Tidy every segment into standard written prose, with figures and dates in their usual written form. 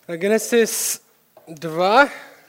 Genesis 2.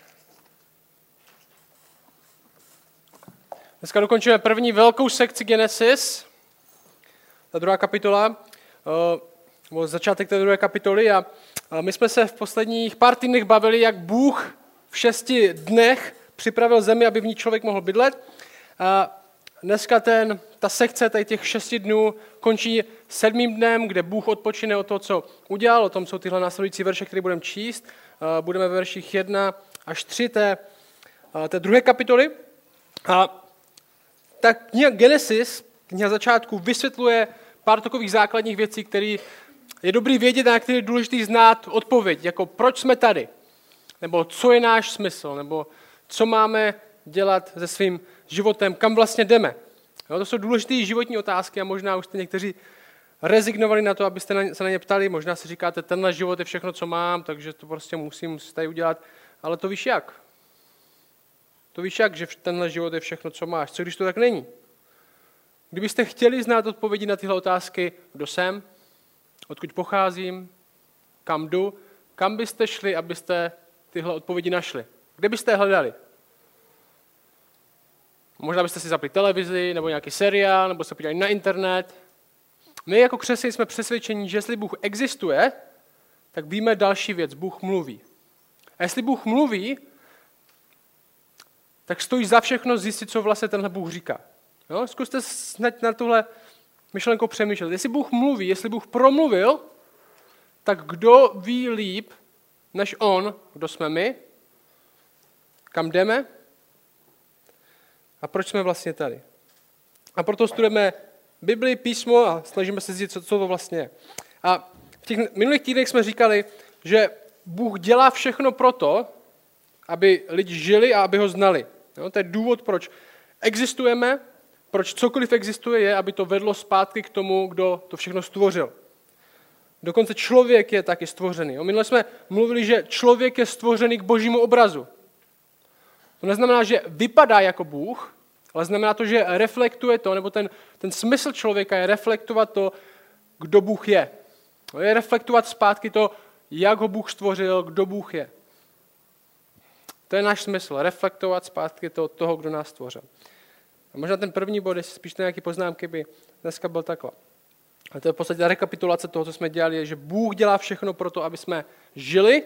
Dneska dokončíme první velkou sekci Genesis, ta druhá kapitola, začátek té druhé kapitoly a my jsme se v posledních pár týdnech bavili, jak Bůh v 6 dnech připravil zemi, aby v ní člověk mohl bydlet. A dneska ta sekce těch 6 dnů končí 7. dnem, kde Bůh odpočine od toho, co udělal. O tom jsou tyhle následující verše, které budeme číst. Budeme ve verších 1 až 3 té druhé kapitoly. A ta kniha Genesis, kniha začátku, vysvětluje pár takových základních věcí, které je dobrý vědět a na které je důležitý znát odpověď, jako proč jsme tady, nebo co je náš smysl, nebo co máme dělat se svým životem, kam vlastně jdeme. Jo, to jsou důležité životní otázky a možná už jste někteří rezignovali na to, abyste se na ně ptali. Možná si říkáte, tenhle život je všechno, co mám, takže to prostě musím tady udělat. Ale to víš jak? To víš jak, že tenhle život je všechno, co máš? Co když to tak není? Kdybyste chtěli znát odpovědi na tyhle otázky, kdo jsem, odkud pocházím, kam jdu, kam byste šli, abyste tyhle odpovědi našli? Kde byste je hledali? Možná byste si zapli televizi, nebo nějaký seriál, nebo se podívali na internet. My jako křesťané jsme přesvědčeni, že jestli Bůh existuje, tak víme další věc, Bůh mluví. A jestli Bůh mluví, tak stojí za všechno zjistit, co vlastně tenhle Bůh říká. Jo? Zkuste snad na tuhle myšlenkou přemýšlet. Jestli Bůh mluví, jestli Bůh promluvil, tak kdo ví líp než on, kdo jsme my, kam jdeme a proč jsme vlastně tady. A proto studujeme Bibli, písmo a snažíme se zjistit, co to vlastně je. A v těch minulých týdnech jsme říkali, že Bůh dělá všechno proto, aby lidi žili a aby ho znali. Jo, to je důvod, proč existujeme, proč cokoliv existuje, je, aby to vedlo zpátky k tomu, kdo to všechno stvořil. Dokonce člověk je taky stvořený. Jo, minule jsme mluvili, že člověk je stvořený k božímu obrazu. To neznamená, že vypadá jako Bůh, ale znamená to, že reflektuje to, nebo ten smysl člověka je reflektovat to, kdo Bůh je. Je reflektovat zpátky to, jak ho Bůh stvořil, kdo Bůh je. To je náš smysl, reflektovat zpátky toho, kdo nás stvořil. A možná ten první bod, jestli spíš na nějaké poznámky, by dneska byl takhle. A to je v podstatě ta rekapitulace toho, co jsme dělali, je, že Bůh dělá všechno pro to, aby jsme žili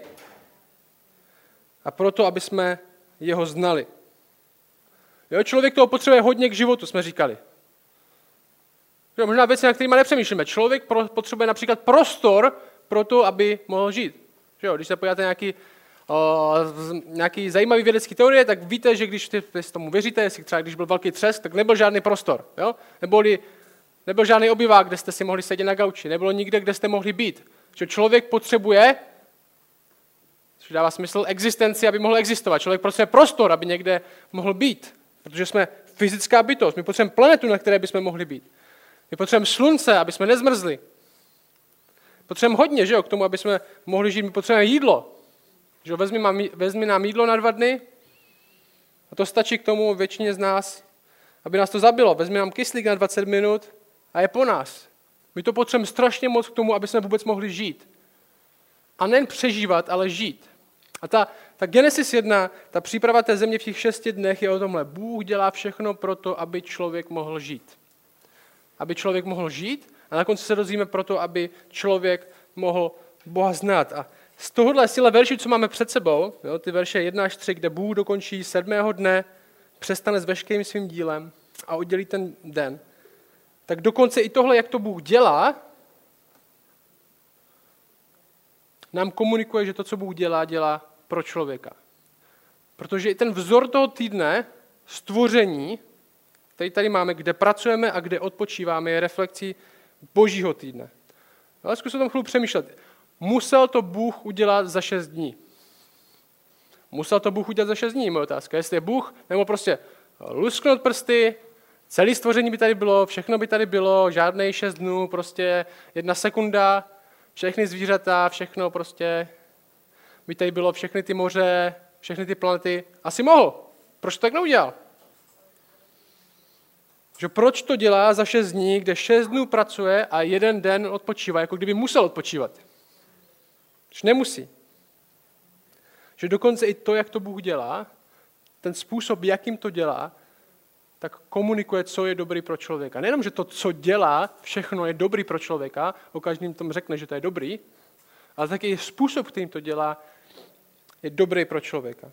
a proto, aby jsme jeho znali. Jo, člověk toho potřebuje hodně k životu, jsme říkali. Jo, možná věci, na kterými nepřemýšlíme. Člověk potřebuje například prostor pro to, aby mohl žít. Jo, když se podíváte nějaký zajímavý vědecký teorie, tak víte, že když tomu věříte, jestli třeba když byl velký třesk, tak nebyl žádný prostor. Jo? Nebyl žádný obyvák, kde jste si mohli sedět na gauči. Nebylo nikde, kde jste mohli být. Že člověk potřebuje, což dává smysl, existenci, aby mohl existovat. Člověk potřebuje prostor, aby někde mohl být. Protože jsme fyzická bytost. My potřebujeme planetu, na které bychom mohli být. My potřebujeme slunce, aby jsme nezmrzli. Potřebujeme hodně, že jo, k tomu, aby jsme mohli žít. My potřebujeme jídlo. Že vezmi nám jídlo na 2 dny a to stačí k tomu většině z nás, aby nás to zabilo. Vezmi nám kyslík na 20 minut a je po nás. My to potřebujeme strašně moc k tomu, aby jsme vůbec mohli žít. A nejen přežívat, ale žít. A ta Genesis 1, ta příprava té země v těch 6 dnech je o tomhle. Bůh dělá všechno pro to, aby člověk mohl žít. Aby člověk mohl žít a na konci se dozvíme proto, aby člověk mohl Boha znát. A z tohohle síle verši, co máme před sebou, jo, ty verše 1 až 3, kde Bůh dokončí 7. dne, přestane s veškerým svým dílem a oddělí ten den, tak dokonce i tohle, jak to Bůh dělá, nám komunikuje, že to, co Bůh dělá pro člověka. Protože i ten vzor toho týdne, stvoření, který tady máme, kde pracujeme a kde odpočíváme, je reflekcí Božího týdne. Ale zkus o tom chvíli přemýšlet. Musel to Bůh udělat za 6 dní. Musel to Bůh udělat za 6 dní, moje otázka. Jestli je Bůh, nebo prostě lusknout prsty, celé stvoření by tady bylo, všechno by tady bylo, žádnej 6 dnů, prostě 1 sekunda, všechny zvířata, všechno prostě by tady bylo, všechny ty moře, všechny ty planety. Asi mohl. Proč to tak neudělal? Že proč to dělá za 6 dní, kde 6 dnů pracuje a 1 den odpočívá, jako kdyby musel odpočívat? Nemusí. Že dokonce i to, jak to Bůh dělá, ten způsob, jakým to dělá, tak komunikuje, co je dobrý pro člověka. Nejenom, že to, co dělá, všechno je dobrý pro člověka, o každém tom řekne, že to je dobrý, ale taky způsob, kterým to dělá, je dobrý pro člověka.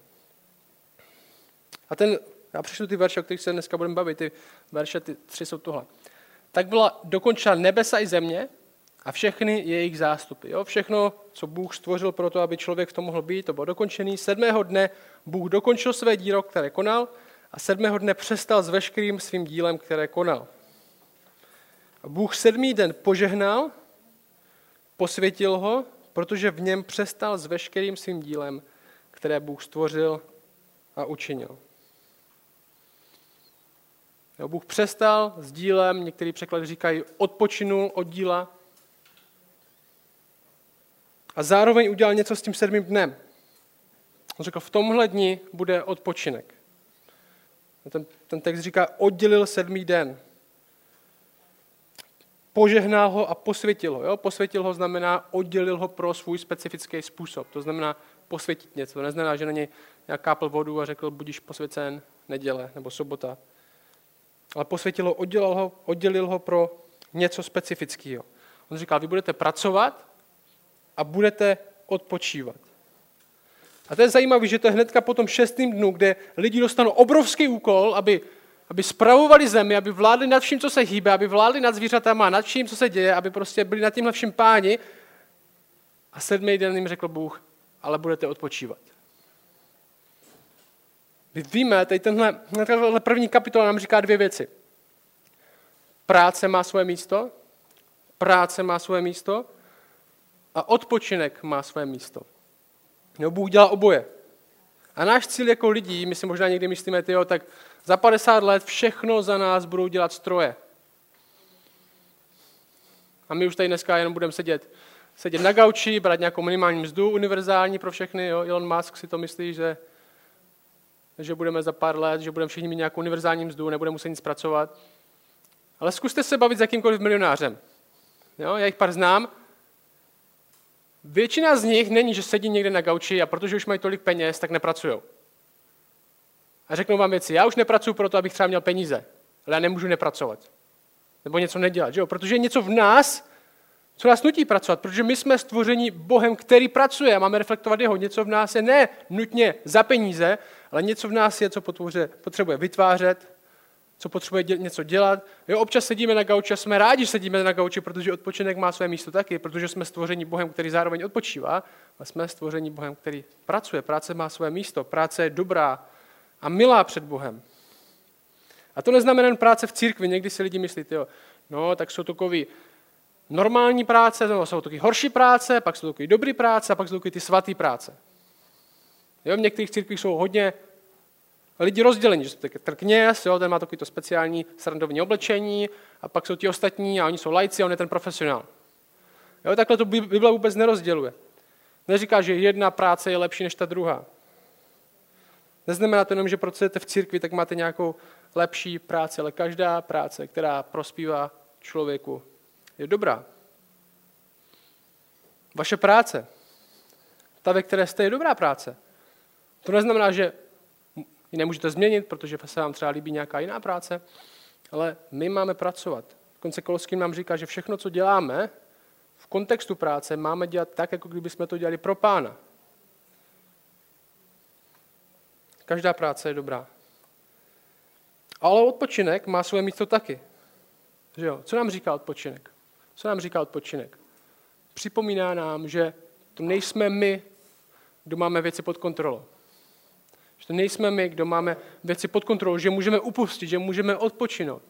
A já přečtu ty verše, o kterých se dneska budeme bavit, ty verše, ty 3 jsou tohle. Tak byla dokončena nebesa i země a všechny jejich zástupy. Jo? Všechno, co Bůh stvořil pro to, aby člověk v tom mohl být, to bylo dokončený. 7. dne Bůh dokončil své dílo, které konal, a 7. dne přestal s veškerým svým dílem, které konal. A Bůh 7. den požehnal, posvětil ho, protože v něm přestal s veškerým svým dílem, které Bůh stvořil a učinil. Jo, Bůh přestal s dílem, některý překlady říkají odpočinul od díla a zároveň udělal něco s tím 7. dnem. On řekl, v tomhle dni bude odpočinek. Ten text říká, oddělil 7. den. Požehnal ho a posvětil ho. Jo? Posvětil ho znamená, oddělil ho pro svůj specifický způsob. To znamená posvětit něco. To neznamená, že na něj nějak kápl vodu a řekl, budíš posvěcen neděle nebo sobota. Ale posvětil ho, oddělil ho pro něco specifického. On říkal, vy budete pracovat a budete odpočívat. A to je zajímavé, že to je hnedka po tom 6. dnu, kde lidi dostanou obrovský úkol, aby spravovali zemi, aby vládli nad vším, co se hýbe, aby vládli nad zvířatama, nad vším, co se děje, aby prostě byli nad tímhle vším páni. A 7. den jim řekl Bůh, ale budete odpočívat. Vy víme, tady tenhle první kapitola nám říká 2 věci. Práce má svoje místo a odpočinek má svoje místo. No, Bůh dělá oboje. A náš cíl jako lidí, my si možná někdy myslíme, tak za 50 let všechno za nás budou dělat stroje. A my už tady dneska jenom budeme sedět na gauči, brát nějakou minimální mzdu, univerzální pro všechny. Jo? Elon Musk si to myslí, že budeme za pár let, že budeme všichni mít nějakou univerzální mzdu, nebudeme muset nic pracovat. Ale zkuste se bavit s jakýmkoliv milionářem. Jo? Já jich pár znám. Většina z nich není, že sedí někde na gauči a protože už mají tolik peněz, tak nepracujou. A řeknou vám věci, já už nepracuju proto, abych třeba měl peníze, ale já nemůžu nepracovat. Nebo něco nedělat, že jo? Protože je něco v nás, co nás nutí pracovat, protože my jsme stvořeni Bohem, který pracuje a máme reflektovat jeho. Něco v nás je ne nutně za peníze, ale něco v nás je, co potřebuje vytvářet, co potřebuje něco dělat. Jo, občas sedíme na gauči a jsme rádi, že sedíme na gauči, protože odpočinek má své místo taky, protože jsme stvořeni Bohem, který zároveň odpočívá, a jsme stvořeni Bohem, který pracuje. Práce má své místo, práce je dobrá a milá před Bohem. A to neznamená jen práce v církvi. Někdy si lidi myslí, tak jsou takový normální práce, jsou takový horší práce, pak jsou takový dobrý práce a pak jsou takový ty svatý práce. Jo, v některých církvích jsou hodně lidi rozdělení, že jsou ten kněz, ten má takový to speciální srandovní oblečení a pak jsou ti ostatní a oni jsou laici a on je ten profesionál. Jo, takhle to Bible vůbec nerozděluje. Neříká, že jedna práce je lepší než ta druhá. Neznamená to jenom, že pracujete v církvi, tak máte nějakou lepší práci, ale každá práce, která prospívá člověku, je dobrá. Vaše práce, ta, ve které jste, je dobrá práce. To neznamená, že ji nemůžete změnit, protože se vám třeba líbí nějaká jiná práce, ale my máme pracovat. Dokonce Koloským nám říká, že všechno, co děláme v kontextu práce, máme dělat tak, jako kdybychom to dělali pro Pána. Každá práce je dobrá. Ale odpočinek má svoje místo taky. Že jo? Co nám říká odpočinek? Připomíná nám, že to nejsme my, kdo máme věci pod kontrolou. Že to nejsme my, kdo máme věci pod kontrolou, že můžeme upustit, že můžeme odpočinout.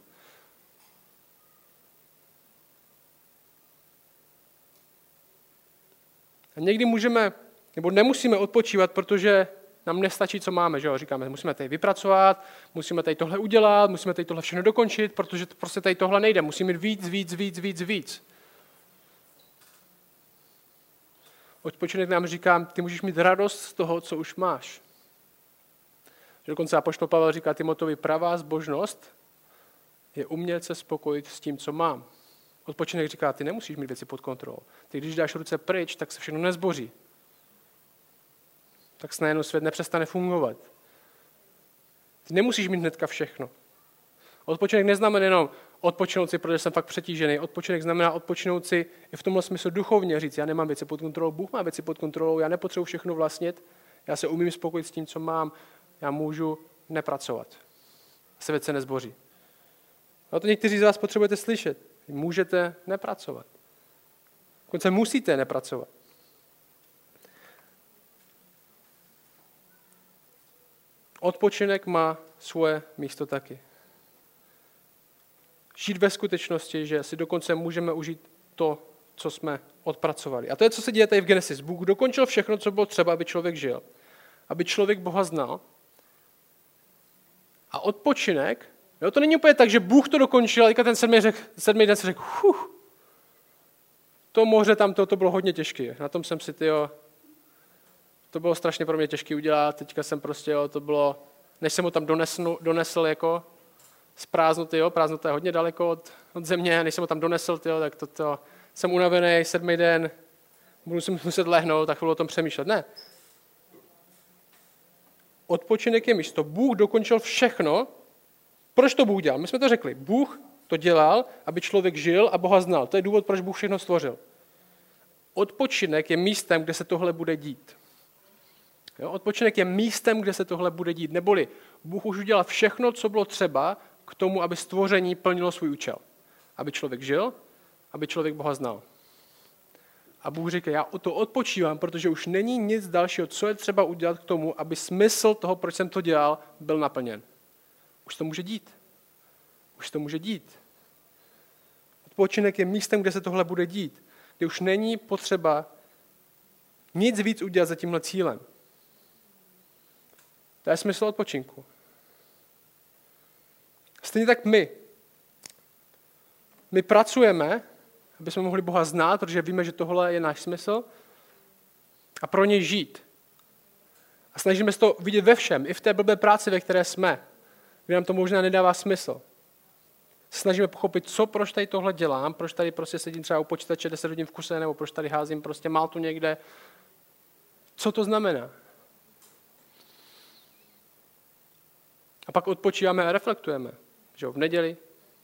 A někdy můžeme, nebo nemusíme odpočívat, protože nám nestačí, co máme. Že jo? Říkáme, musíme tady vypracovat, musíme tady tohle udělat, musíme tady tohle všechno dokončit, protože prostě tady tohle nejde. Musíme mít víc. Odpočinek nám říká, ty můžeš mít radost z toho, co už máš. Že dokonce apoštol Pavel říká Timotovi, pravá zbožnost je umět se spokojit s tím, co mám. Odpočinek říká, ty nemusíš mít věci pod kontrolou. Ty, když dáš ruce pryč, tak se všechno nezboří. tak najednou svět nepřestane fungovat. Ty nemusíš mít hnedka všechno. Odpočinek neznamená jenom odpočinout si, protože jsem fakt přetížený. Odpočinek znamená odpočinout si i v tomhle smyslu duchovně říct, já nemám věci pod kontrolou, Bůh má věci pod kontrolou, já nepotřebuji všechno vlastnit, já se umím spokojit s tím, co mám, já můžu nepracovat. Svět se nezboří. A to někteří z vás potřebujete slyšet. Můžete nepracovat. Dokonce musíte nepracovat. Odpočinek má svoje místo taky. Žít ve skutečnosti, že si dokonce můžeme užít to, co jsme odpracovali. A to je, co se děje tady v Genesis. Bůh dokončil všechno, co bylo třeba, aby člověk žil. Aby člověk Boha znal. A odpočinek, jo, to není úplně tak, že Bůh to dokončil, a ten sedmý den si řekl, to moře tam, to bylo hodně těžké. Na tom jsem si, to bylo strašně pro mě těžké udělat. Teďka jsem prostě, to bylo, než jsem ho tam donesl jako zprázdnutý, prázdnota je hodně daleko od země, než jsem ho tam donesl, tak to jsem unavený, 7. den, budu si muset lehnout, tak chvíli o tom přemýšlet. Ne. Odpočinek je místo. Bůh dokončil všechno. Proč to Bůh dělal? My jsme to řekli. Bůh to dělal, aby člověk žil a Boha znal. To je důvod, proč Bůh všechno stvořil. Odpočinek je místem, kde se tohle bude dít. Jo? Odpočinek je místem, kde se tohle bude dít. Neboli Bůh už udělal všechno, co bylo třeba k tomu, aby stvoření plnilo svůj účel. Aby člověk žil, aby člověk Boha znal. A Bůh říká, já o to odpočívám, protože už není nic dalšího, co je třeba udělat k tomu, aby smysl toho, proč jsem to dělal, byl naplněn. Už to může dít. Už to může dít. Odpočinek je místem, kde se tohle bude dít. Kde už není potřeba nic víc udělat za tímhle cílem. To je smysl odpočinku. Stejně tak my. My pracujeme, aby jsme mohli Boha znát, protože víme, že tohle je náš smysl a pro něj žít. A snažíme se to vidět ve všem, i v té blbé práci, ve které jsme, kde nám to možná nedává smysl. Snažíme pochopit, proč tady tohle dělám, proč tady prostě sedím třeba u počítače 10 hodin v kuse, nebo proč tady házím prostě maltu někde. Co to znamená? A pak odpočíváme a reflektujeme. Že v neděli,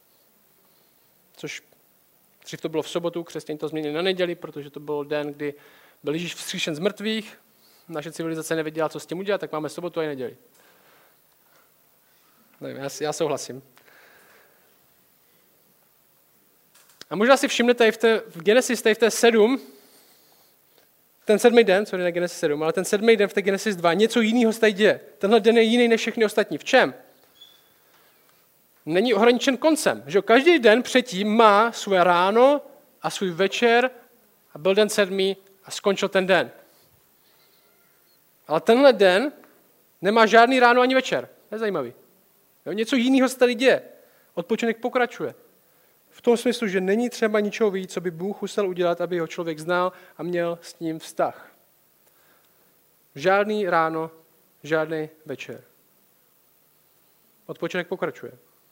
což dřív to bylo v sobotu, křesťané to změnili na neděli, protože to byl den, kdy byl Ježíš vzkříšen z mrtvých, naše civilizace nevěděla, co s tím udělat, tak máme sobotu a i neděli. Nevím, já souhlasím. A možná si všimnete v Genesis, v té 7, ten 7. den, sorry, ne Genesis 7, ale ten 7. den v té Genesis 2, něco jiného se tady děje. Tenhle den je jiný než všechny ostatní. V čem? Není ohraničen koncem. Že každý den předtím má své ráno a svůj večer a byl den 7. a skončil ten den. Ale tenhle den nemá žádný ráno ani večer. To je zajímavý. Jo, něco jiného se tady děje. Odpočinek pokračuje. V tom smyslu, že není třeba ničeho víc, co by Bůh musel udělat, aby ho člověk znal a měl s ním vztah. Žádný ráno, žádný večer. Odpočinek pokračuje.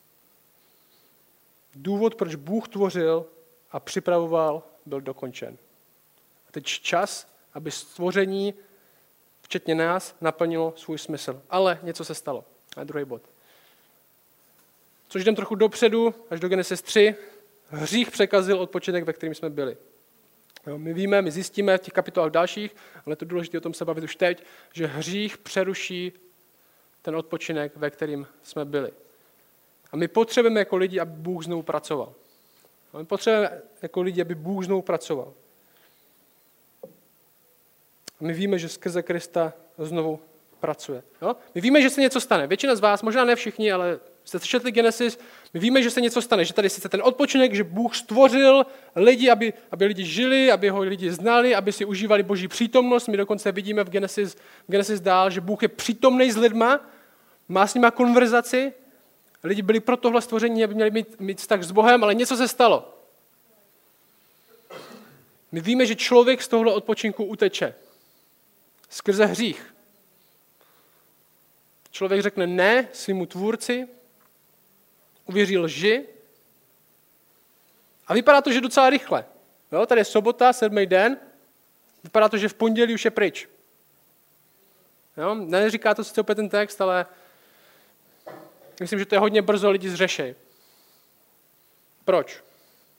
Důvod, proč Bůh tvořil a připravoval, byl dokončen. A teď čas, aby stvoření, včetně nás, naplnilo svůj smysl. Ale něco se stalo. A druhý bod. Což jdem trochu dopředu, až do Genesis 3. Hřích překazil odpočinek, ve kterým jsme byli. Jo, my víme, my zjistíme v těch kapitolách dalších, ale je to důležité o tom se bavit už teď, že hřích přeruší ten odpočinek, ve kterým jsme byli. A my potřebujeme jako lidi, aby Bůh znovu pracoval. A my potřebujeme jako lidi, aby Bůh znovu pracoval. A my víme, že skrze Krista znovu pracuje. Jo? My víme, že se něco stane. Většina z vás, možná ne všichni, ale jste četli Genesis, my víme, že se něco stane, že tady sice ten odpočinek, že Bůh stvořil lidi, aby lidi žili, aby ho lidi znali, aby si užívali Boží přítomnost. My dokonce vidíme v Genesis dál, že Bůh je přítomný s lidma, má s nima konverzaci. Lidi byli pro tohle stvoření, aby měli mít vztah s Bohem, ale něco se stalo. My víme, že člověk z tohle odpočinku uteče. Skrze hřích. Člověk řekne ne svýmu tvůrci, uvěří lži a vypadá to, že docela rychle. Jo, tady je sobota, 7. den, vypadá to, že v pondělí už je pryč. Jo? Neříká to sice úplně ten text, ale myslím, že to je hodně brzo lidi zřešej. Proč?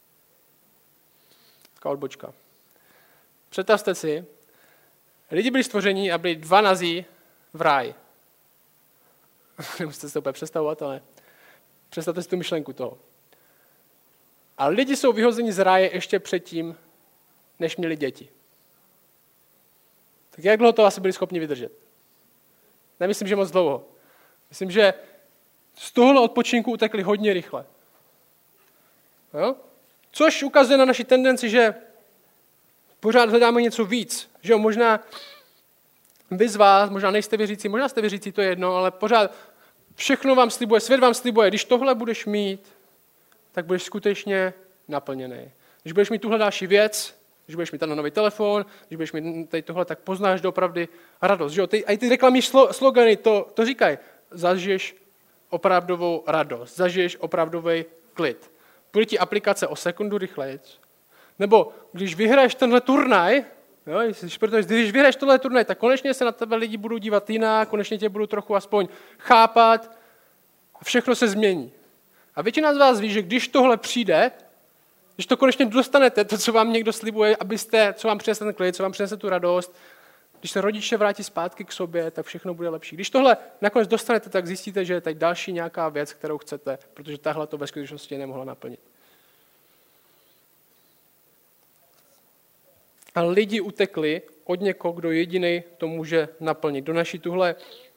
Taková odbočka. Představte si, lidi byli stvoření a byli dva nazí v ráji. Nemusíte si to úplně představovat, ale představte si tu myšlenku toho. A lidi jsou vyhozeni z ráje ještě předtím, než měli děti. Tak jak dlouho to asi byli schopni vydržet? Nemyslím, že moc dlouho. Myslím, že z tohohle odpočinku utekli hodně rychle. Jo? Což ukazuje na naši tendenci, že pořád hledáme něco víc. Že jo, možná vy z vás, možná nejste věřící, možná jste věřící, to je jedno, ale pořád všechno vám slibuje, svět vám slibuje, když tohle budeš mít, tak budeš skutečně naplněný. Když budeš mít tuhle další věc, když budeš mít ten nový telefon, když budeš mít tady tohle, tak poznáš doopravdy radost. Že jo? A ty reklamní slogany to říkají. Zažiješ opravdovou radost, zažiješ opravdový klid. Bude ti aplikace o sekundu rychleji. Nebo když vyhraješ tenhle turnaj, jo, když vyhraješ tenhle turnaj, tak konečně se na tebe lidi budou dívat jinak, konečně tě budou trochu aspoň chápat a všechno se změní. A většina z vás ví, že když tohle přijde, když to konečně dostanete, to, co vám někdo slibuje, co vám přinese ten klid, co vám přinese tu radost, když se rodiče vrátí zpátky k sobě, tak všechno bude lepší. Když tohle nakonec dostanete, tak zjistíte, že je tady další nějaká věc, kterou chcete, protože tahle to ve skutečnosti nemohla naplnit. A lidi utekli od někoho, kdo jediný to může naplnit. Do naší tuhle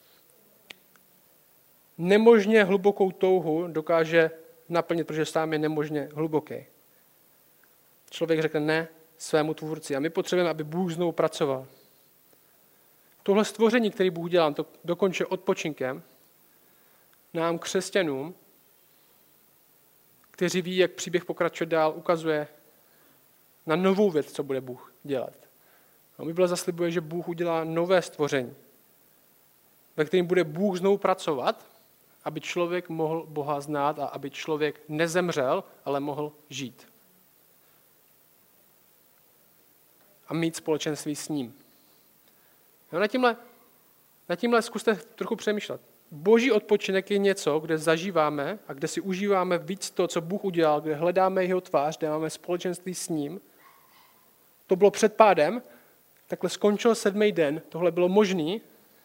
nemožně hlubokou touhu dokáže naplnit, protože sám je nemožně hluboký. Člověk řekne ne svému tvůrci. A my potřebujeme, aby Bůh znovu pracoval. Tohle stvoření, který Bůh dělá, to dokončí odpočinkem, nám křesťanům, kteří ví, jak příběh pokračuje dál, ukazuje na novou věc, co bude Bůh dělat. A Bible zaslibuje, že Bůh udělá nové stvoření, ve kterém bude Bůh znovu pracovat, aby člověk mohl Boha znát a aby člověk nezemřel, ale mohl žít. A mít společenství s ním. Na tímhle zkuste trochu přemýšlet. Boží odpočinek je něco, kde zažíváme a kde si užíváme víc to, co Bůh udělal, kde hledáme jeho tvář, kde máme společenství s ním. To bylo před pádem, takhle skončil 7. den, tohle bylo možný,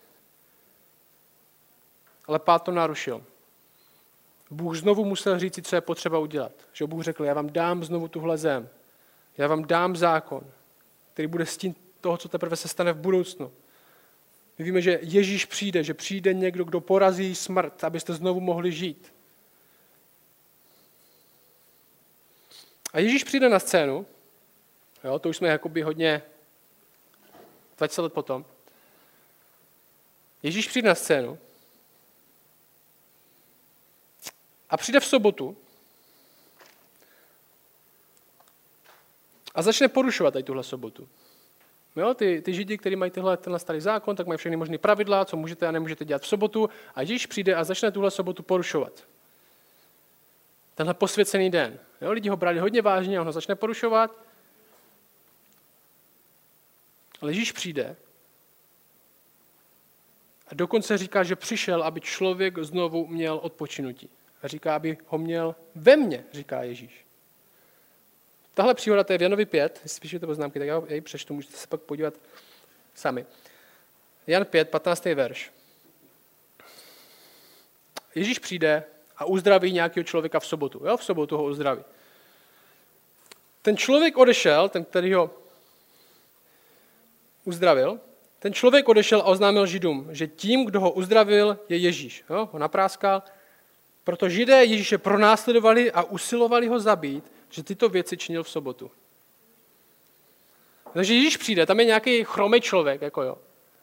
ale pád to narušil. Bůh znovu musel říct, co je potřeba udělat. Že Bůh řekl, já vám dám znovu tuhle zem, já vám dám zákon, který bude stínit toho, co teprve se stane v budoucnu. My víme, že Ježíš přijde, že přijde někdo, kdo porazí smrt, abyste znovu mohli žít. A Ježíš přijde na scénu, jo, to už jsme jakoby hodně 20 let potom. Ježíš přijde na scénu a přijde v sobotu a začne porušovat tady tuhle sobotu. Jo, ty Židi, kteří mají tenhle starý zákon, tak mají všechny možné pravidla, co můžete a nemůžete dělat v sobotu. A Ježíš přijde a začne tuhle sobotu porušovat. Tenhle posvěcený den. Jo, lidi ho brali hodně vážně a on ho začne porušovat. Ale Ježíš přijde a dokonce říká, že přišel, aby člověk znovu měl odpočinutí. A říká, aby ho měl ve mně, říká Ježíš. Tahle příhoda, to je v Janovi 5, jestli píšete poznámky, tak já ji přečtu, můžete se pak podívat sami. Jan 5, 15. verš. Ježíš přijde a uzdraví nějakého člověka v sobotu. Jo, v sobotu ho uzdraví. Ten člověk odešel, ten, který ho uzdravil, ten člověk odešel a oznámil Židům, že tím, kdo ho uzdravil, je Ježíš. Jo, ho napráskal. Proto Židé Ježíše pronásledovali a usilovali ho zabít, že tyto věci činil v sobotu. Takže Ježíš přijde, tam je nějaký chromý člověk, jako jo.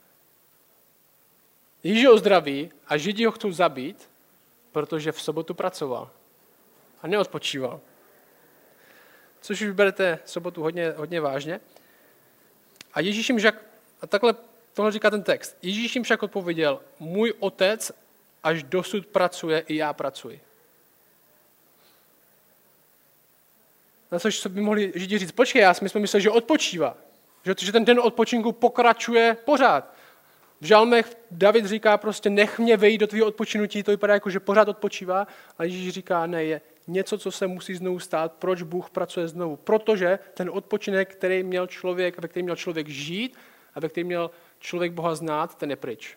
Ježíš ho ozdraví a Židi ho chcou zabít, protože v sobotu pracoval a neodpočíval. Což už berete sobotu hodně vážně. A Ježíš jim tohle říká ten text. Ježíš jim však odpověděl, můj otec až dosud pracuje, i já pracuji. Na což by mohli Židi říct, počkej, my jsme mysleli, že odpočívá. Že ten den odpočinku pokračuje pořád. V žalmech David říká prostě nech mě vejít do tvého odpočinutí, to vypadá jako, že pořád odpočívá, a Ježíš říká ne, je něco, co se musí znovu stát, proč Bůh pracuje znovu. Protože ten odpočinek, ve kterém měl člověk žít a ve kterém měl člověk Boha znát, ten je pryč.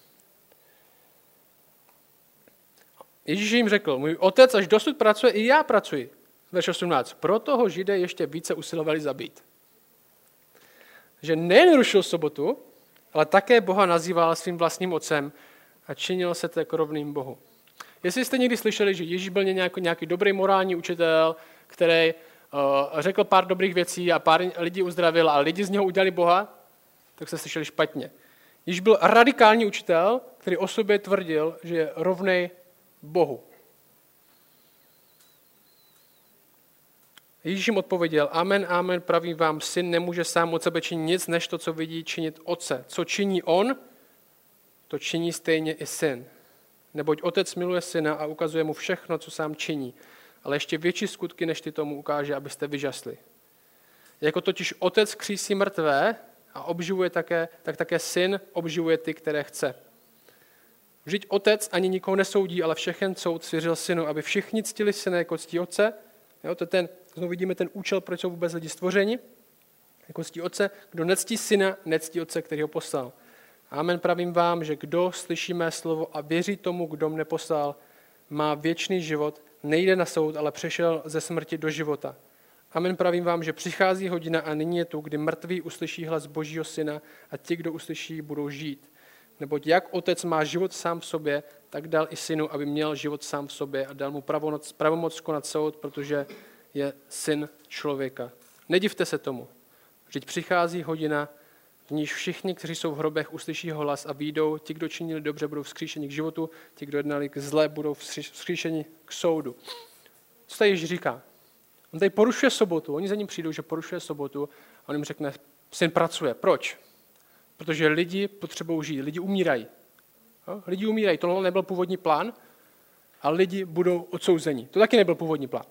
Ježíš jim řekl, můj otec až dosud pracuje, i já pracuji. Verš 18. Proto ho Židé ještě více usilovali zabít. Že nejen rušil sobotu, ale také Boha nazýval svým vlastním otcem a činil se tak rovným Bohu. Jestli jste někdy slyšeli, že Ježíš byl nějaký dobrý morální učitel, který řekl pár dobrých věcí a pár lidí uzdravil a lidi z něho udělali Boha, tak jste slyšeli špatně. Ježíš byl radikální učitel, který o sobě tvrdil, že je rovnej Bohu. Ježíš jim odpověděl, amen, amen, pravím vám, syn nemůže sám od sebe činit nic, než to, co vidí činit otce. Co činí on, to činí stejně i syn. Neboť otec miluje syna a ukazuje mu všechno, co sám činí, ale ještě větší skutky, než ty tomu ukáže, abyste vyžasli. Jako totiž otec křísí mrtvé a obživuje také, tak také syn obživuje ty, které chce. Vždyť otec ani nikoho nesoudí, ale všechen soud svěřil synu, aby všichni ctili syna jako ctí otce. Jo, to znovu vidíme ten účel, proč jsou vůbec lidi stvořeni. Jako ctí otce, kdo nectí syna, nectí otce, který ho poslal. Amen, pravím vám, že kdo slyší mé slovo a věří tomu, kdo mne poslal, má věčný život, nejde na soud, ale přešel ze smrti do života. Amen, pravím vám, že přichází hodina a nyní je tu, kdy mrtví uslyší hlas Božího syna a ti, kdo uslyší, budou žít. Neboť jak otec má život sám v sobě, tak dal i synu, aby měl život sám v sobě a dal mu pravomoc konat soud, protože je syn člověka. Nedivte se tomu. Vždyť přichází hodina, v níž všichni, kteří jsou v hrobech, uslyší ho hlas a výjdou. Ti, kdo činili dobře, budou vzkříšeni k životu, ti, kdo jednali k zle, budou vzkříšeni k soudu. Co tady Ježíš říká? On tady porušuje sobotu, oni za ním přijdou, že porušuje sobotu a on jim řekne, syn pracuje. Proč? Protože lidi potřebují žít, lidi umírají. Lidi umírají, tohle nebyl původní plán, a lidi budou odsouzeni. To taky nebyl původní plán.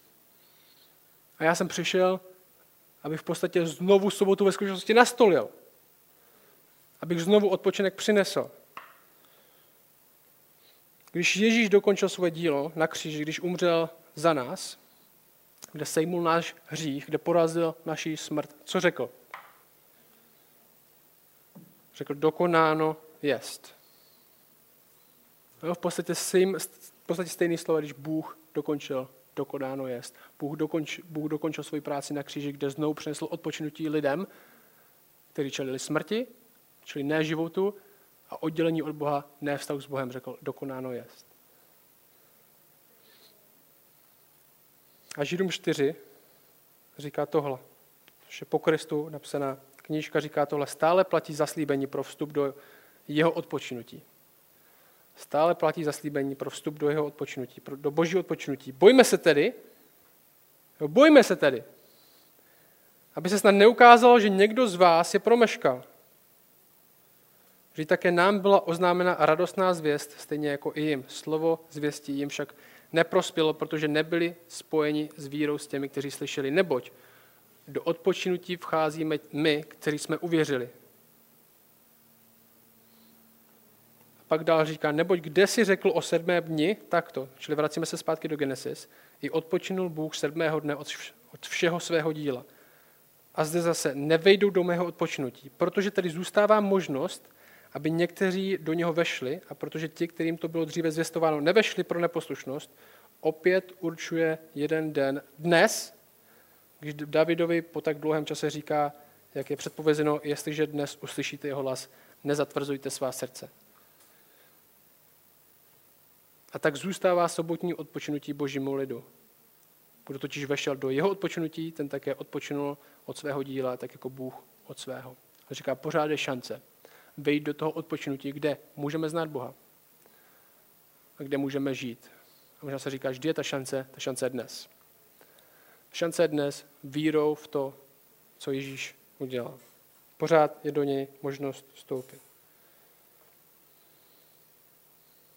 A já jsem přišel, abych v podstatě znovu sobotu ve skutečnosti nastolil. Abych znovu odpočinek přinesl. Když Ježíš dokončil svoje dílo na kříži, když umřel za nás, kde sejmul náš hřích, kde porazil naši smrt, co řekl? Řekl, dokonáno jest. V podstatě stejný slovo, když Bůh dokončil, dokonáno jest. Bůh dokončil svoji práci na kříži, kde znovu přinesl odpočinutí lidem, kteří čelili smrti, čili ne životu a oddělení od Boha, ne vztahu s Bohem, řekl, dokonáno jest. A Židům 4 říká tohle, že po Kristu napsaná knížka říká tohle, stále platí zaslíbení pro vstup do jeho odpočinutí. Stále platí zaslíbení pro vstup do jeho odpočinutí, do Božího odpočinutí. Bojme se tedy, aby se snad neukázalo, že někdo z vás je promeškal. Že také nám byla oznámena radostná zvěst, stejně jako i jim. Slovo zvěstí jim však neprospělo, protože nebyli spojeni s vírou s těmi, kteří slyšeli. Neboť do odpočinutí vcházíme my, kteří jsme uvěřili. A pak dál říká, neboť kde si řekl o 7. dni, takto, čili vracíme se zpátky do Genesis, i odpočinul Bůh 7. dne od všeho svého díla. A zde zase nevejdou do mého odpočinutí, protože tady zůstává možnost, aby někteří do něho vešli, a protože ti, kterým to bylo dříve zvěstováno, nevešli pro neposlušnost, opět určuje jeden den dnes, když Davidovi po tak dlouhém čase říká, jak je předpovězeno, jestliže dnes uslyšíte jeho hlas, nezatvrzujte svá srdce. A tak zůstává sobotní odpočinutí Božímu lidu. Kdo totiž vešel do jeho odpočinutí, ten také odpočinul od svého díla, tak jako Bůh od svého. A říká, pořád je šance vejít do toho odpočinutí, kde můžeme znát Boha a kde můžeme žít. A možná se říká, vždy je ta šance je dnes. Šance je dnes vírou v to, co Ježíš udělal. Pořád je do něj možnost vstoupit.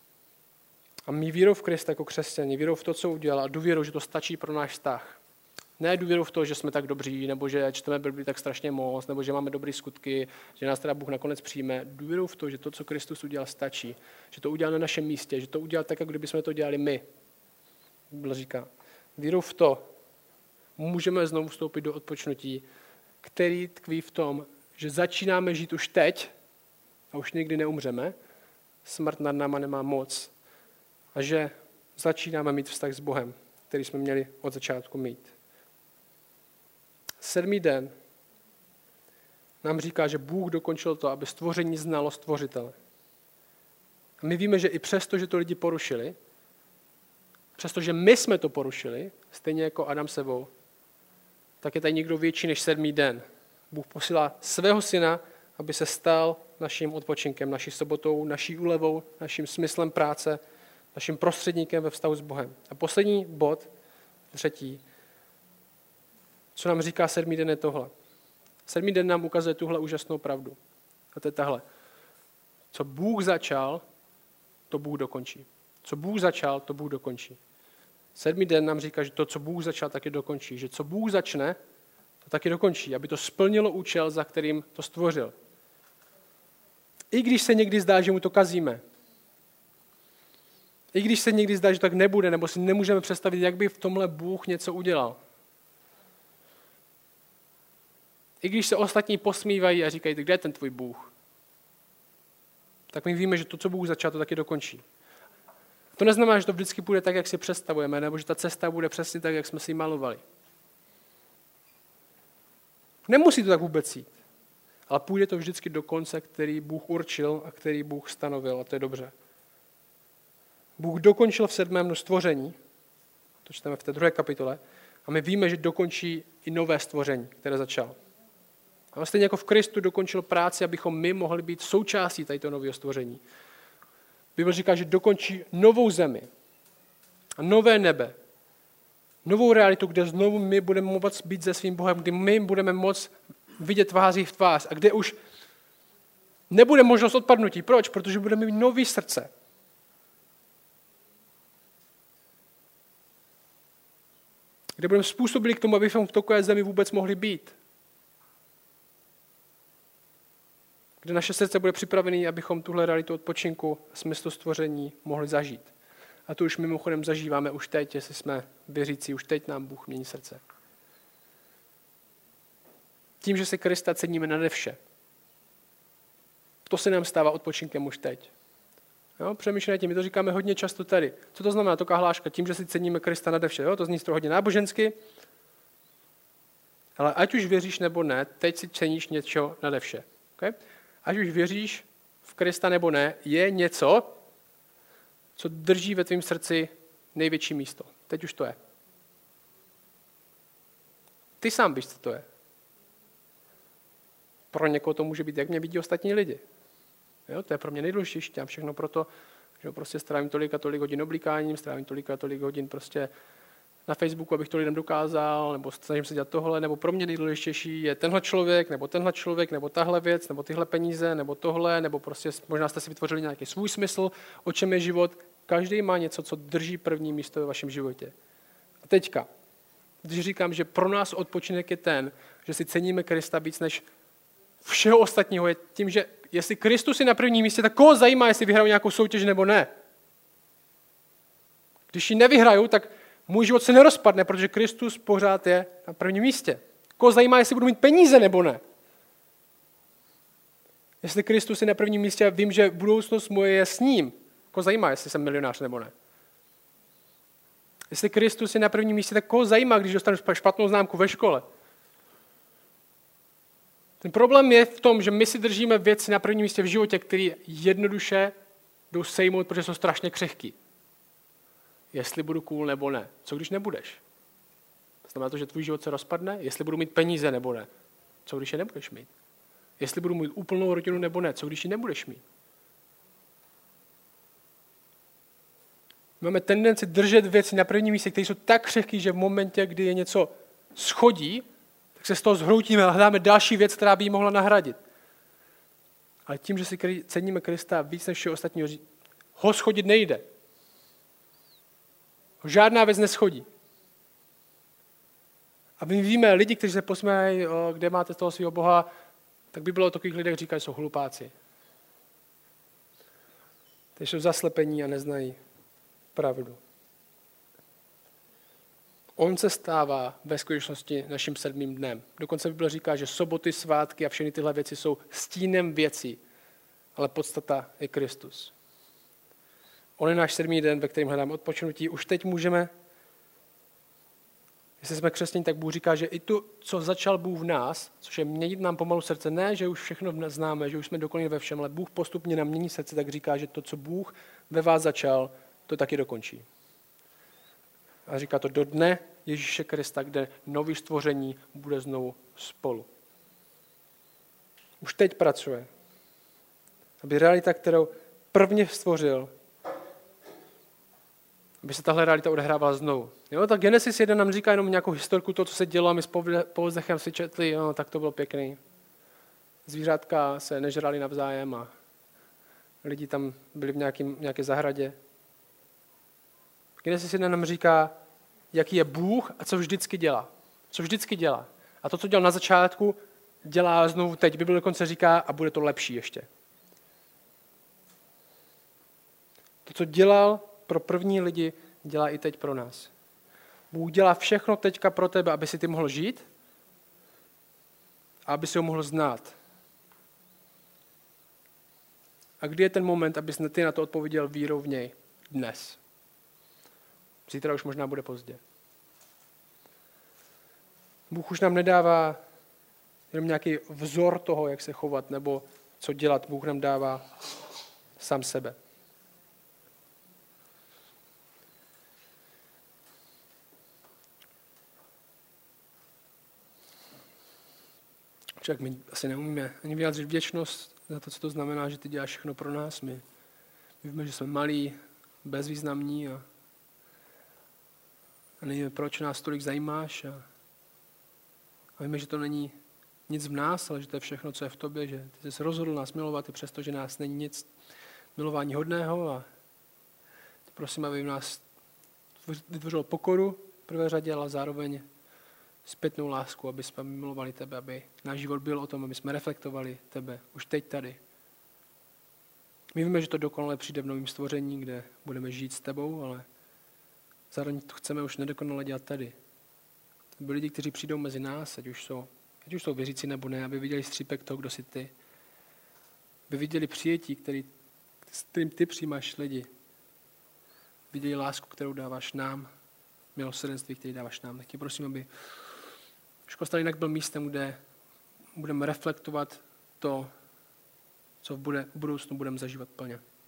A my vírou v Krista jako křesťané, vírou v to, co udělal a důvěrou, že to stačí pro náš vztah, Ne důvěru v to, že jsme tak dobří, nebo že čteme Bibli tak strašně moc, nebo že máme dobré skutky, že nás teda Bůh nakonec přijme. Důvěru v to, že to, co Kristus udělal, stačí. Že to udělal na našem místě, že to udělal tak, jako kdybychom to dělali my. Bible říká. Víru v to můžeme znovu vstoupit do odpočnutí, který tkví v tom, že začínáme žít už teď a už nikdy neumřeme. Smrt nad náma nemá moc. A že začínáme mít vztah s Bohem, který jsme měli od začátku mít. 7. den nám říká, že Bůh dokončil to, aby stvoření znalo stvořitele. A my víme, že i přesto, že to lidi porušili, přestože my jsme to porušili, stejně jako Adam s Evou, tak je tady někdo větší než 7. den. Bůh posílá svého syna, aby se stal naším odpočinkem, naší sobotou, naší úlevou, naším smyslem práce, naším prostředníkem ve vztahu s Bohem. A poslední bod, 3. Co nám říká 7. den je tohle. 7. den nám ukazuje tuhle úžasnou pravdu. A to je tahle. Co Bůh začal, to Bůh dokončí. Co Bůh začal, to Bůh dokončí. 7. den nám říká, že to, co Bůh začal, taky dokončí. Že co Bůh začne, to taky dokončí, aby to splnilo účel, za kterým to stvořil. I když se někdy zdá, že mu to kazíme. I když se někdy zdá, že tak nebude, nebo si nemůžeme představit, jak by v tomhle Bůh něco udělal. I když se ostatní posmívají a říkají, kde je ten tvůj Bůh? Tak my víme, že to, co Bůh začal, to taky dokončí. To neznamená, že to vždycky bude tak, jak si představujeme, nebo že ta cesta bude přesně tak, jak jsme si ji malovali. Nemusí to tak vůbec jít. Ale půjde to vždycky do konce, který Bůh určil a který Bůh stanovil, a to je dobře. Bůh dokončil v 7. dnu stvoření, to čteme v té 2. kapitole, a my víme, že dokončí i nové stvoření, které začal. A stejně jako v Kristu dokončil práci, abychom my mohli být součástí tohoto nového stvoření. Bible říká, že dokončí novou zemi a nové nebe, novou realitu, kde znovu my budeme moct být se svým Bohem, kdy my budeme moct vidět tváří v tvář a kde už nebude možnost odpadnutí. Proč? Protože budeme mít nový srdce. Kde budeme způsobili k tomu, abychom v takové zemi vůbec mohli být. Kde naše srdce bude připravené, abychom tuhle realitu odpočinku a smyslu stvoření mohli zažít. A to už mimochodem zažíváme už teď, jestli jsme věřící, už teď nám Bůh mění srdce. Tím, že se Krista ceníme nade vše. To se nám stává odpočinkem už teď. Jo, přemýšlejte tím, my to říkáme hodně často tady. Co to znamená taková hláška? Tím, že si ceníme Krista nade vše. Jo? To zní to hodně nábožensky. Ale ať už věříš nebo ne, teď si ceníš něco nade vše. Okay? Ať už věříš v Krista nebo ne, je něco, co drží ve tvém srdci největší místo. Teď už to je. Ty sám víš, co to je. Pro někoho to může být, jak mě vidí ostatní lidi. Jo, to je pro mě nejdůležitější. Dělám všechno proto, že prostě strávím tolik a tolik hodin oblíkáním, strávím tolik a tolik hodin prostě na Facebooku, abych to lidem dokázal, nebo snažím se dělat tohle, nebo pro mě nejdůležitější je tenhle člověk, nebo tahle věc, nebo tyhle peníze, nebo tohle, nebo prostě možná jste si vytvořili nějaký svůj smysl, o čem je život. Každý má něco, co drží první místo ve vašem životě. A teďka, když říkám, že pro nás odpočinek je ten, že si ceníme Krista víc než všeho ostatního, je tím, že jestli Kristus je na prvním místě, tak koho zajímá, jestli vyhraju nějakou soutěž nebo ne. Když ji nevyhraju, tak můj život se nerozpadne, protože Kristus pořád je na prvním místě. Koho zajímá, jestli budu mít peníze nebo ne. Jestli Kristus je na prvním místě a vím, že budoucnost moje je s ním. Koho zajímá, jestli jsem milionář nebo ne. Jestli Kristus je na prvním místě, tak koho zajímá, když dostanu špatnou známku ve škole. Ten problém je v tom, že my si držíme věci na prvním místě v životě, které jednoduše jdou sejmout, protože jsou strašně křehký. Jestli budu cool nebo ne. Co když nebudeš? Znamená to, že tvůj život se rozpadne? Jestli budu mít peníze nebo ne. Co když je nebudeš mít? Jestli budu mít úplnou rodinu nebo ne. Co když ji nebudeš mít? Máme tendenci držet věci na prvním místě, které jsou tak křehké, že v momentě, kdy je něco schodí, tak se z toho zhroutíme a hledáme další věc, která by ji mohla nahradit. Ale tím, že si ceníme Krista víc než všeho ostatního, ho schodit nejde. Žádná věc neschodí. A my víme, lidi, kteří se posmějí, kde máte toho svého Boha, tak by bylo o takových lidech říkat, že jsou hlupáci. Kteří jsou zaslepení a neznají pravdu. On se stává ve skutečnosti naším 7. dnem. Dokonce Bible říká, že soboty, svátky a všechny tyhle věci jsou stínem věcí, ale podstata je Kristus. On je náš 7. den, ve kterém hledáme odpočinutí. Už teď můžeme, jestli jsme křesťané, tak Bůh říká, že i tu, co začal Bůh v nás, což je měnit nám pomalu srdce, ne, že už všechno známe, že už jsme dokonali ve všem, ale Bůh postupně nám mění srdce, tak říká, že to, co Bůh ve vás začal, to taky dokončí. A říká to do dne Ježíše Krista, kde nový stvoření bude znovu spolu. Už teď pracuje. Aby realita, kterou prvně stvořil, aby se tahle realita odehrávala znovu. Jo, tak Genesis 1 nám říká jenom nějakou historku toho, co se dělo, a my s povzdechem si četli, jo, tak to bylo pěkný. Zvířátka se nežrali navzájem a lidi tam byli v nějaké zahradě. Genesis 1 nám říká, jaký je Bůh a co vždycky dělá. Co vždycky dělá. A to, co dělal na začátku, dělá znovu teď. Bible dokonce říká, a bude to lepší ještě. To, co dělal pro první lidi, dělá i teď pro nás. Bůh dělá všechno teďka pro tebe, aby si ty mohl žít a aby si ho mohl znát. A kdy je ten moment, abys ty na to odpověděl vírou v něj? Dnes. Zítra už možná bude pozdě. Bůh už nám nedává jenom nějaký vzor toho, jak se chovat nebo co dělat. Bůh nám dává sám sebe. Však my asi neumíme ani vyjádřit vděčnost za to, co to znamená, že ty děláš všechno pro nás. My víme, že jsme malí, bezvýznamní a nevíme, proč nás tolik zajímáš. A víme, že to není nic v nás, ale že to je všechno, co je v tobě, že ty jsi rozhodl nás milovat i přesto, že nás není nic milování hodného. A prosím, aby v nás vytvořil pokoru v prvé řadě, ale zároveň zpětnou lásku, aby jsme milovali tebe, aby náš život byl o tom, aby jsme reflektovali tebe už teď tady. My víme, že to dokonale přijde v novém stvoření, kde budeme žít s tebou, ale zároveň to chceme už nedokonale dělat tady. Byli lidi, kteří přijdou mezi nás, ať už jsou věřící nebo ne, aby viděli střípek toho, kdo jsi ty. Aby viděli přijetí, s kterým ty přijímáš lidi. Viděli lásku, kterou dáváš nám, milosrdenství, který dáváš nám. Tak tě prosím, aby kostel jinak byl místem, kde budeme reflektovat to, co v budoucnu budeme zažívat plně.